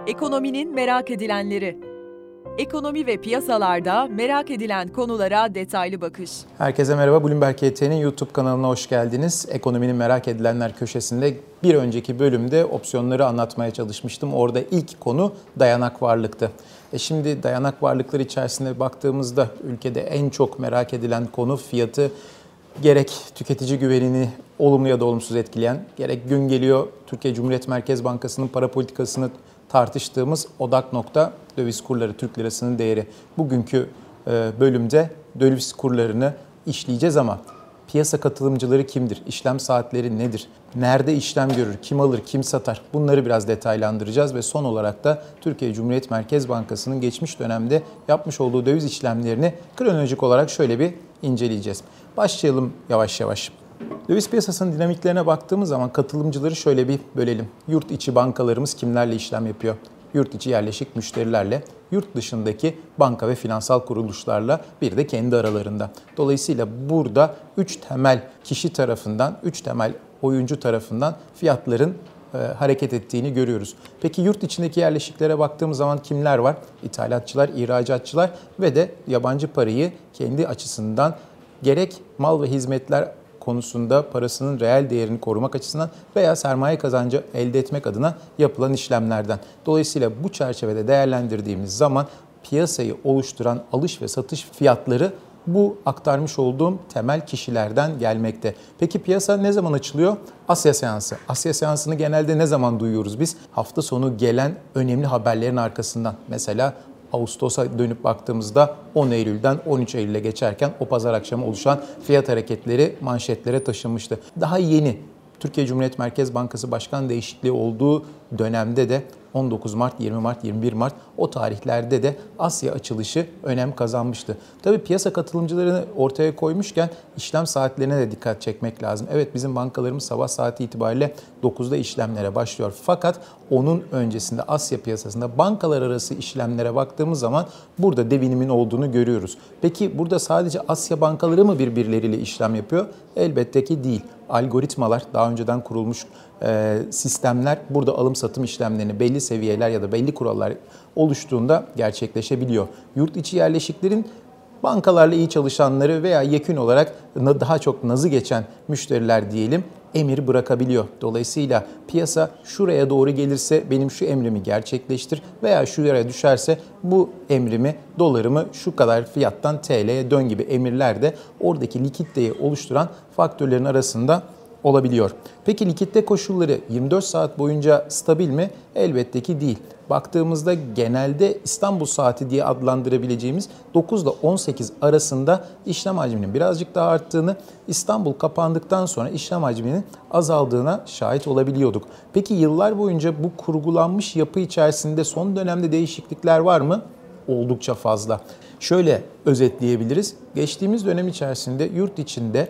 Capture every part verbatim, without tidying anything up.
Ekonominin merak edilenleri. Ekonomi ve piyasalarda merak edilen konulara detaylı bakış. Herkese merhaba. Bloomberg E T'nin YouTube kanalına hoş geldiniz. Ekonominin merak edilenler köşesinde bir önceki bölümde opsiyonları anlatmaya çalışmıştım. Orada ilk konu dayanak varlıktı. E şimdi dayanak varlıkları içerisinde baktığımızda ülkede en çok merak edilen konu fiyatı, gerek tüketici güvenini olumlu ya da olumsuz etkileyen, gerek gün geliyor Türkiye Cumhuriyet Merkez Bankası'nın para politikasını tartıştığımız odak nokta döviz kurları, Türk lirasının değeri. Bugünkü bölümde döviz kurlarını işleyeceğiz ama piyasa katılımcıları kimdir? İşlem saatleri nedir? Nerede işlem görür? Kim alır? Kim satar? Bunları biraz detaylandıracağız ve son olarak da Türkiye Cumhuriyet Merkez Bankası'nın geçmiş dönemde yapmış olduğu döviz işlemlerini kronolojik olarak şöyle bir inceleyeceğiz. Başlayalım yavaş yavaş. Döviz piyasasının dinamiklerine baktığımız zaman katılımcıları şöyle bir bölelim. Yurt içi bankalarımız kimlerle işlem yapıyor? Yurt içi yerleşik müşterilerle, yurt dışındaki banka ve finansal kuruluşlarla, bir de kendi aralarında. Dolayısıyla burada üç temel kişi tarafından, üç temel oyuncu tarafından fiyatların e, hareket ettiğini görüyoruz. Peki yurt içindeki yerleşiklere baktığımız zaman kimler var? İthalatçılar, ihracatçılar ve de yabancı parayı kendi açısından gerek mal ve hizmetler konusunda parasının reel değerini korumak açısından veya sermaye kazancı elde etmek adına yapılan işlemlerden. Dolayısıyla bu çerçevede değerlendirdiğimiz zaman piyasayı oluşturan alış ve satış fiyatları bu aktarmış olduğum temel kişilerden gelmekte. Peki piyasa ne zaman açılıyor? Asya seansı. Asya seansını genelde ne zaman duyuyoruz biz? Hafta sonu gelen önemli haberlerin arkasından. Mesela Ağustos'a dönüp baktığımızda on Eylül'den on üç Eylül'e geçerken o pazar akşamı oluşan fiyat hareketleri manşetlere taşınmıştı. Daha yeni Türkiye Cumhuriyet Merkez Bankası Başkan değişikliği olduğu dönemde de on dokuz Mart, yirmi Mart, yirmi bir Mart o tarihlerde de Asya açılışı önem kazanmıştı. Tabii piyasa katılımcılarını ortaya koymuşken işlem saatlerine de dikkat çekmek lazım. Evet, bizim bankalarımız sabah saati itibariyle dokuzda işlemlere başlıyor. Fakat onun öncesinde Asya piyasasında bankalar arası işlemlere baktığımız zaman burada devinimin olduğunu görüyoruz. Peki burada sadece Asya bankaları mı birbirleriyle işlem yapıyor? Elbette ki değil. Algoritmalar, daha önceden kurulmuş e, sistemler burada alım satım işlemlerini belli seviyeler ya da belli kurallar oluştuğunda gerçekleşebiliyor. Yurt içi yerleşiklerin bankalarla iyi çalışanları veya yekün olarak daha çok nazı geçen müşteriler diyelim emir bırakabiliyor. Dolayısıyla piyasa şuraya doğru gelirse benim şu emrimi gerçekleştir veya şuraya düşerse bu emrimi, dolarımı şu kadar fiyattan T L'ye dön gibi emirler de oradaki likiditeyi oluşturan faktörlerin arasında olabiliyor. Peki likitte koşulları yirmi dört saat boyunca stabil mi? Elbette ki değil. Baktığımızda genelde İstanbul saati diye adlandırabileceğimiz dokuz ile on sekiz arasında işlem hacminin birazcık daha arttığını, İstanbul kapandıktan sonra işlem hacminin azaldığına şahit olabiliyorduk. Peki yıllar boyunca bu kurgulanmış yapı içerisinde son dönemde değişiklikler var mı? Oldukça fazla. Şöyle özetleyebiliriz. Geçtiğimiz dönem içerisinde yurt içinde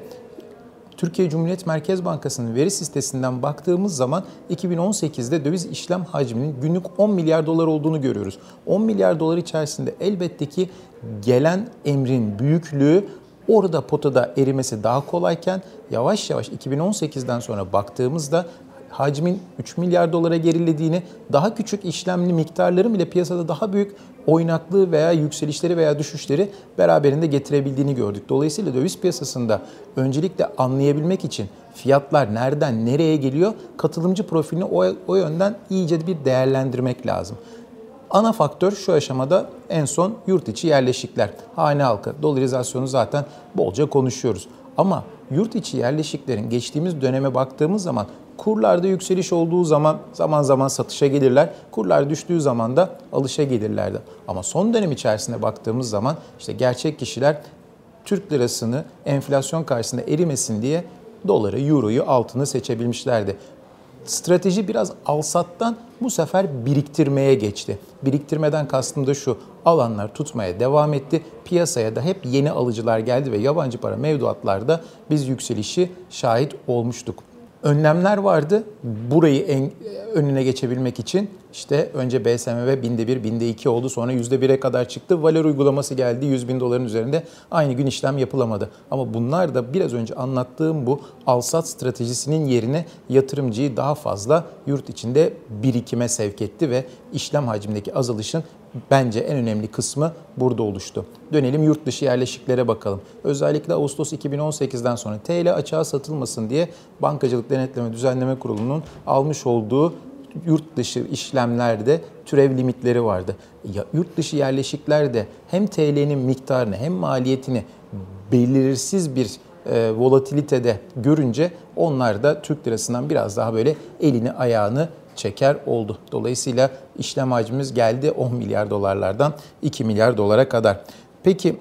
Türkiye Cumhuriyet Merkez Bankası'nın veri sitesinden baktığımız zaman iki bin on sekizde döviz işlem hacminin günlük on milyar dolar olduğunu görüyoruz. on milyar dolar içerisinde elbette ki gelen emrin büyüklüğü orada potada erimesi daha kolayken yavaş yavaş iki bin on sekizden sonra baktığımızda hacmin üç milyar dolara gerilediğini, daha küçük işlemli miktarların bile piyasada daha büyük oynaklığı veya yükselişleri veya düşüşleri beraberinde getirebildiğini gördük. Dolayısıyla döviz piyasasında öncelikle anlayabilmek için fiyatlar nereden nereye geliyor, katılımcı profilini o, o yönden iyice bir değerlendirmek lazım. Ana faktör şu aşamada en son yurt içi yerleşikler, hane halkı, dolarizasyonu zaten bolca konuşuyoruz. Ama yurt içi yerleşiklerin geçtiğimiz döneme baktığımız zaman kurlarda yükseliş olduğu zaman zaman zaman satışa gelirler. Kurlar düştüğü zaman da alışa gelirlerdi. Ama son dönem içerisinde baktığımız zaman işte gerçek kişiler Türk lirasını enflasyon karşısında erimesin diye doları, euroyu, altını seçebilmişlerdi. Strateji biraz alsattan bu sefer biriktirmeye geçti. Biriktirmeden kastım da şu: alanlar tutmaya devam etti. Piyasaya da hep yeni alıcılar geldi ve yabancı para mevduatlarda biz yükselişi şahit olmuştuk. Önlemler vardı. Burayı en, önüne geçebilmek için işte önce B S M V binde bir, binde iki oldu. Sonra yüzde bire kadar çıktı. Valör uygulaması geldi. yüz bin doların üzerinde aynı gün işlem yapılamadı. Ama bunlar da biraz önce anlattığım bu al-sat stratejisinin yerine yatırımcıyı daha fazla yurt içinde birikime sevk etti ve işlem hacmindeki azalışın bence en önemli kısmı burada oluştu. Dönelim yurt dışı yerleşiklere bakalım. Özellikle Ağustos iki bin on sekizden sonra T L açığa satılmasın diye Bankacılık Denetleme Düzenleme Kurulu'nun almış olduğu yurt dışı işlemlerde türev limitleri vardı. Ya, yurt dışı yerleşiklerde hem T L'nin miktarını hem maliyetini belirsiz bir e, volatilitede görünce onlar da Türk lirasından biraz daha böyle elini ayağını çeker oldu. Dolayısıyla işlem hacmimiz geldi on milyar dolarlardan iki milyar dolara kadar. Peki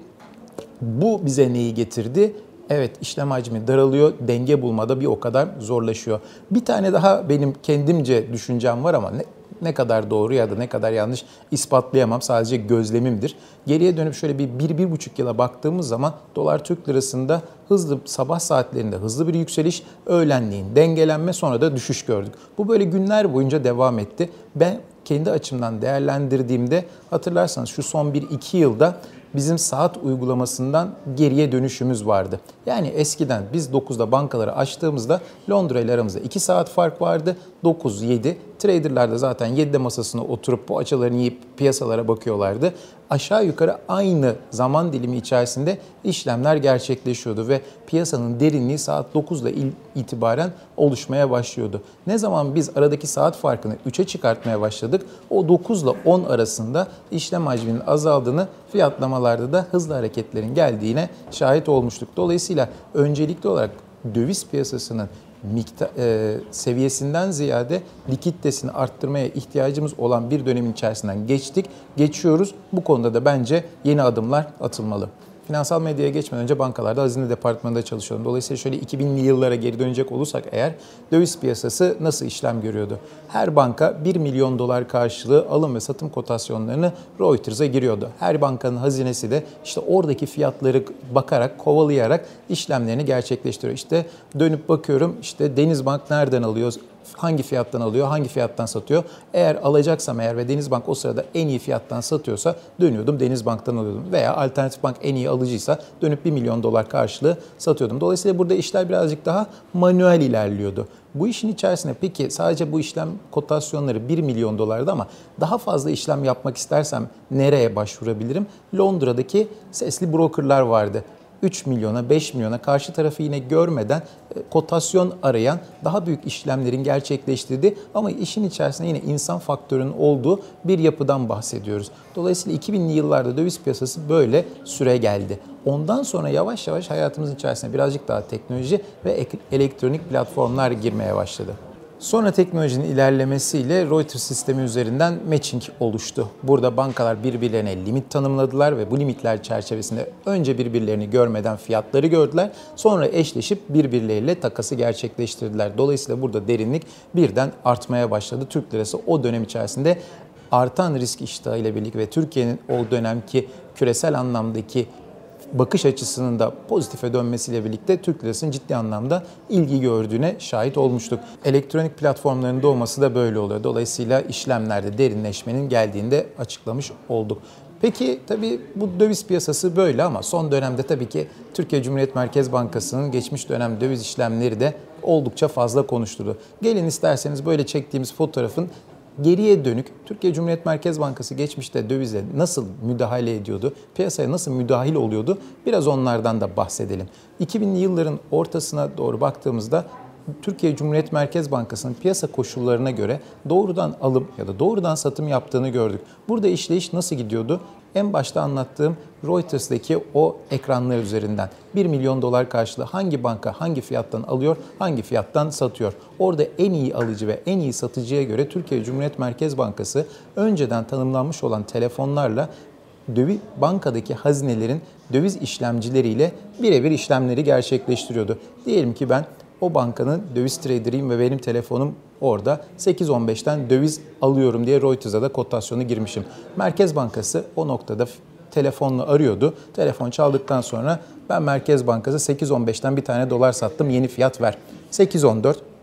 bu bize neyi getirdi? Evet, işlem hacmi daralıyor, denge bulmada bir o kadar zorlaşıyor. Bir tane daha benim kendimce düşüncem var ama ne, ne kadar doğru ya da ne kadar yanlış ispatlayamam, sadece gözlemimdir. Geriye dönüp şöyle bir bir, bir buçuk yıla baktığımız zaman dolar Türk lirasında hızlı sabah saatlerinde hızlı bir yükseliş, öğlenleyin dengelenme, sonra da düşüş gördük. Bu böyle günler boyunca devam etti. Ben kendi açımdan değerlendirdiğimde hatırlarsanız şu son bir iki yılda bizim saat uygulamasından geriye dönüşümüz vardı. Yani eskiden biz dokuzda bankaları açtığımızda Londra ile aramızda iki saat fark vardı. dokuz yedi. Traderlar da zaten yedide masasına oturup poğaçalarını yiyip piyasalara bakıyorlardı. Aşağı yukarı aynı zaman dilimi içerisinde işlemler gerçekleşiyordu ve piyasanın derinliği saat dokuzla itibaren oluşmaya başlıyordu. Ne zaman biz aradaki saat farkını üçe çıkartmaya başladık, o dokuzla on arasında işlem hacminin azaldığını, fiyatlamalarda da hızlı hareketlerin geldiğine şahit olmuştuk. Dolayısıyla öncelikli olarak döviz piyasasının miktar, e, seviyesinden ziyade likiditesini arttırmaya ihtiyacımız olan bir dönemin içerisinden geçtik, geçiyoruz. Bu konuda da bence yeni adımlar atılmalı. Finansal medyaya geçmeden önce bankalarda hazine departmanında çalışıyordum. Dolayısıyla şöyle iki binli yıllara geri dönecek olursak eğer döviz piyasası nasıl işlem görüyordu? Her banka bir milyon dolar karşılığı alım ve satım kotasyonlarını Reuters'a giriyordu. Her bankanın hazinesi de işte oradaki fiyatları bakarak, kovalayarak işlemlerini gerçekleştiriyor. İşte dönüp bakıyorum, işte Denizbank nereden alıyor? Hangi fiyattan alıyor, hangi fiyattan satıyor? Eğer alacaksam eğer ve Denizbank o sırada en iyi fiyattan satıyorsa dönüyordum Denizbank'tan alıyordum. Veya Alternatif Bank en iyi alıcıysa dönüp bir milyon dolar karşılığı satıyordum. Dolayısıyla burada işler birazcık daha manuel ilerliyordu. Bu işin içerisinde peki sadece bu işlem kotasyonları bir milyon dolardı ama daha fazla işlem yapmak istersem nereye başvurabilirim? Londra'daki sesli brokerlar vardı. üç milyona, beş milyona karşı tarafı yine görmeden kotasyon arayan, daha büyük işlemlerin gerçekleştirdiği ama işin içerisinde yine insan faktörünün olduğu bir yapıdan bahsediyoruz. Dolayısıyla iki binli yıllarda döviz piyasası böyle süre geldi. Ondan sonra yavaş yavaş hayatımızın içerisine birazcık daha teknoloji ve elektronik platformlar girmeye başladı. Sonra teknolojinin ilerlemesiyle Reuters sistemi üzerinden matching oluştu. Burada bankalar birbirlerine limit tanımladılar ve bu limitler çerçevesinde önce birbirlerini görmeden fiyatları gördüler. Sonra eşleşip birbirleriyle takası gerçekleştirdiler. Dolayısıyla burada derinlik birden artmaya başladı. Türk lirası o dönem içerisinde artan risk iştahı ile birlikte ve Türkiye'nin o dönemki küresel anlamdaki bakış açısının da pozitife dönmesiyle birlikte Türk lirasının ciddi anlamda ilgi gördüğüne şahit olmuştuk. Elektronik platformların doğması da böyle oluyor. Dolayısıyla işlemlerde derinleşmenin geldiğinde açıklamış olduk. Peki tabii bu döviz piyasası böyle ama son dönemde tabii ki Türkiye Cumhuriyet Merkez Bankası'nın geçmiş dönem döviz işlemleri de oldukça fazla konuşturdu. Gelin isterseniz böyle çektiğimiz fotoğrafın geriye dönük Türkiye Cumhuriyet Merkez Bankası geçmişte dövize nasıl müdahale ediyordu, piyasaya nasıl müdahil oluyordu biraz onlardan da bahsedelim. iki binli yılların ortasına doğru baktığımızda Türkiye Cumhuriyet Merkez Bankası'nın piyasa koşullarına göre doğrudan alım ya da doğrudan satım yaptığını gördük. Burada işleyiş nasıl gidiyordu? En başta anlattığım Reuters'daki o ekranlar üzerinden bir milyon dolar karşılığı hangi banka hangi fiyattan alıyor, hangi fiyattan satıyor? Orada en iyi alıcı ve en iyi satıcıya göre Türkiye Cumhuriyet Merkez Bankası önceden tanımlanmış olan telefonlarla döviz bankadaki hazinelerin döviz işlemcileriyle birebir işlemleri gerçekleştiriyordu. Diyelim ki ben o bankanın döviz trader'ıyım ve benim telefonum orada sekiz on beşten döviz alıyorum diye Reuters'a da kotasyonu girmişim. Merkez Bankası o noktada telefonla arıyordu. Telefon çaldıktan sonra ben Merkez Bankası sekiz on beşten bir tane dolar sattım, yeni fiyat ver. sekiz on dört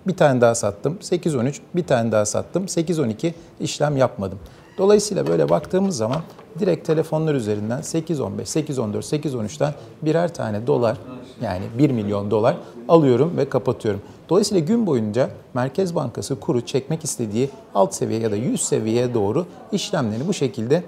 bir tane daha sattım. sekiz on üç bir tane daha sattım. sekiz on iki işlem yapmadım. Dolayısıyla böyle baktığımız zaman direkt telefonlar üzerinden sekiz on beş, sekiz on dört, sekiz on üçten birer tane dolar, yani bir milyon dolar alıyorum ve kapatıyorum. Dolayısıyla gün boyunca Merkez Bankası kuru çekmek istediği alt seviye ya da yüz seviyeye doğru işlemlerini bu şekilde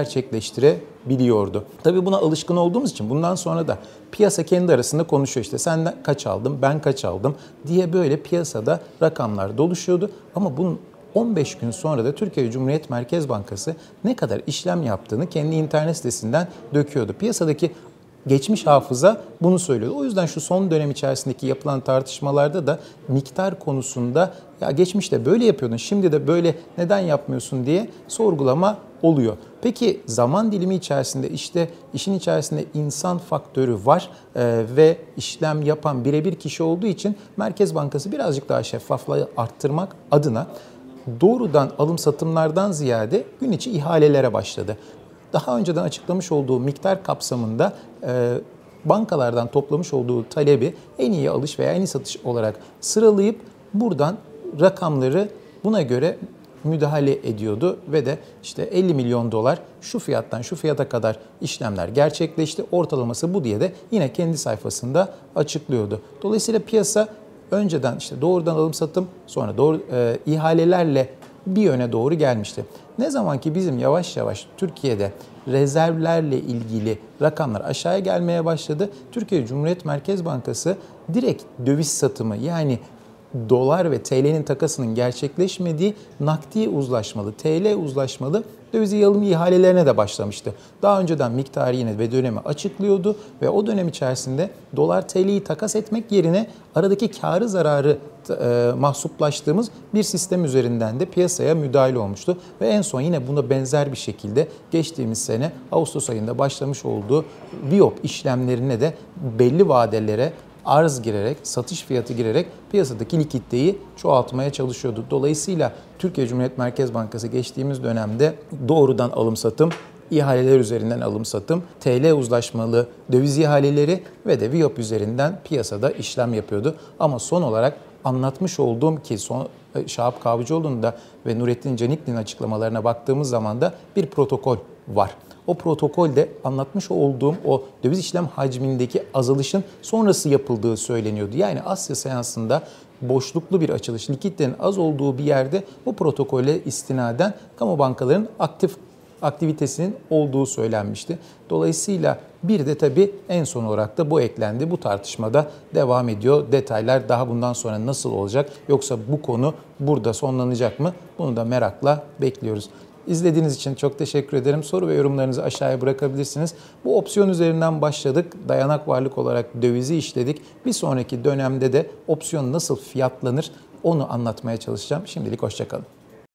gerçekleştirebiliyordu. Tabii buna alışkın olduğumuz için bundan sonra da piyasa kendi arasında konuşuyor. İşte senden kaç aldım, ben kaç aldım diye böyle piyasada rakamlar doluşuyordu. Ama bunun on beş gün sonra da Türkiye Cumhuriyet Merkez Bankası ne kadar işlem yaptığını kendi internet sitesinden döküyordu. Piyasadaki geçmiş hafıza bunu söylüyordu. O yüzden şu son dönem içerisindeki yapılan tartışmalarda da miktar konusunda ya geçmişte böyle yapıyordun, şimdi de böyle neden yapmıyorsun diye sorgulama oluyor. Peki zaman dilimi içerisinde işte işin içerisinde insan faktörü var e, ve işlem yapan birebir kişi olduğu için Merkez Bankası birazcık daha şeffaflığı arttırmak adına doğrudan alım satımlardan ziyade gün içi ihalelere başladı. Daha önceden açıklamış olduğu miktar kapsamında e, bankalardan toplamış olduğu talebi en iyi alış veya en iyi satış olarak sıralayıp buradan rakamları buna göre müdahale ediyordu ve de işte elli milyon dolar şu fiyattan şu fiyata kadar işlemler gerçekleşti. Ortalaması bu diye de yine kendi sayfasında açıklıyordu. Dolayısıyla piyasa önceden işte doğrudan alım satım sonra doğru e, ihalelerle bir yöne doğru gelmişti. Ne zaman ki bizim yavaş yavaş Türkiye'de rezervlerle ilgili rakamlar aşağıya gelmeye başladı, Türkiye Cumhuriyet Merkez Bankası direkt döviz satımı yani dolar ve T L'nin takasının gerçekleşmediği nakdi uzlaşmalı, T L uzlaşmalı döviz alım ihalelerine de başlamıştı. Daha önceden miktarı yine ve dönemi açıklıyordu ve o dönem içerisinde dolar T L'yi takas etmek yerine aradaki karı zararı e, mahsuplaştığımız bir sistem üzerinden de piyasaya müdahale olmuştu. Ve en son yine buna benzer bir şekilde geçtiğimiz sene Ağustos ayında başlamış olduğu Viyop işlemlerine de belli vadelere arz girerek, satış fiyatı girerek piyasadaki likiditeyi çoğaltmaya çalışıyordu. Dolayısıyla Türkiye Cumhuriyet Merkez Bankası geçtiğimiz dönemde doğrudan alım satım, ihaleler üzerinden alım satım, T L uzlaşmalı döviz ihaleleri ve de Viyop üzerinden piyasada işlem yapıyordu. Ama son olarak anlatmış olduğum ki son Şahap Kavcıoğlu'nun da ve Nurettin Canikli'nin açıklamalarına baktığımız zaman da bir protokol var. O protokolde anlatmış olduğum o döviz işlem hacmindeki azalışın sonrası yapıldığı söyleniyordu. Yani Asya seansında boşluklu bir açılış, likiditenin az olduğu bir yerde bu protokole istinaden kamu bankalarının aktif aktivitesinin olduğu söylenmişti. Dolayısıyla bir de tabii en son olarak da bu eklendi. Bu tartışmada devam ediyor. Detaylar daha bundan sonra nasıl olacak? Yoksa bu konu burada sonlanacak mı? Bunu da merakla bekliyoruz. İzlediğiniz için çok teşekkür ederim. Soru ve yorumlarınızı aşağıya bırakabilirsiniz. Bu opsiyon üzerinden başladık. Dayanak varlık olarak dövizi işledik. Bir sonraki dönemde de opsiyon nasıl fiyatlanır onu anlatmaya çalışacağım. Şimdilik hoşça kalın.